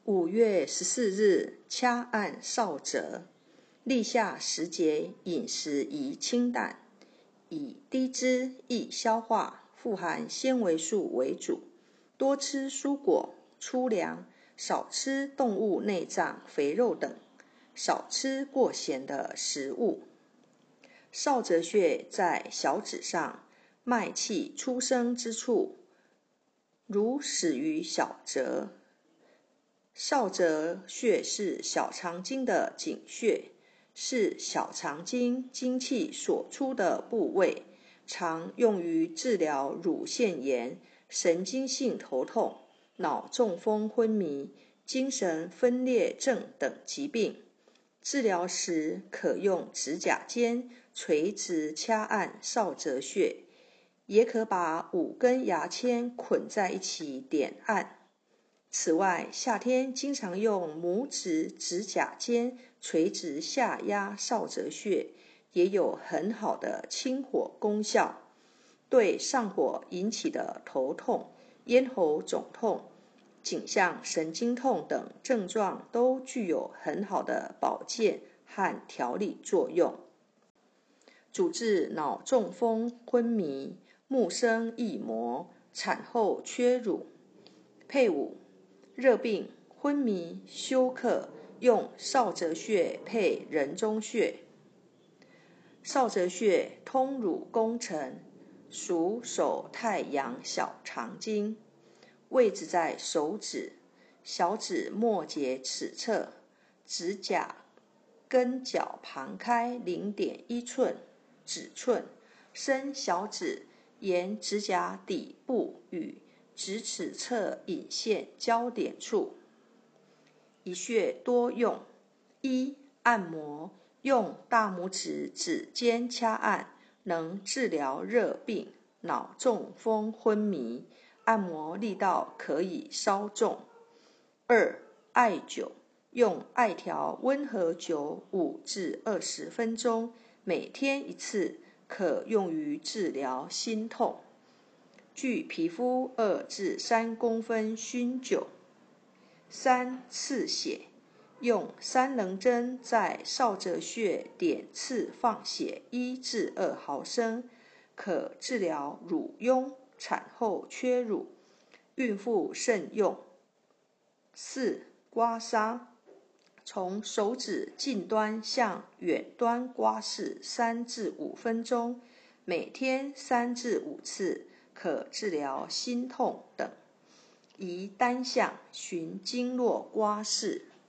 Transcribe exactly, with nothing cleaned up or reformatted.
五月十四日，掐按少泽，立夏时节，饮食宜清淡，以低脂、易消化、富含纤维素为主，多吃蔬果、粗粮，少吃动物内脏、肥肉等，少吃过咸的食物。少泽穴在小指上，脉气出生之处，如始于小泽。少泽穴是小肠经的井穴，是小肠经经气所出的部位，常用于治疗乳腺炎、神经性头痛、脑中风昏迷、精神分裂症等疾病。治疗时可用指甲尖垂直掐按少泽穴，也可把五根牙签捆在一起点按。此外，夏天经常用拇指指甲尖垂直下压少泽穴，也有很好的清火功效，对上火引起的头痛、咽喉肿痛、颈项神经痛等症状都具有很好的保健和调理作用。主治脑中风、昏迷、目生翳膜、产后缺乳。配伍热病、昏迷、休克，用少泽穴配人中穴。少泽穴通乳宫城，属手太阳小肠经，位置在手指、小指末节尺侧，指甲跟角旁开 零点一 寸，指寸，伸小指沿指甲底部与指尺侧引线交点处。一穴多用：一、按摩，用大拇指指尖掐按，能治疗热病、脑中风昏迷，按摩力道可以稍重。二、艾灸，用艾条温和灸五至二十分钟，每天一次，可用于治疗心痛。距皮肤二至三公分熏灸。三、刺血，用三棱针在少泽穴点刺放血一至二毫升，可治疗乳痈、产后缺乳，孕妇慎用。四、刮痧，从手指近端向远端刮拭三至五分钟，每天三至五次，可治疗心痛等。宜单向循经络刮拭。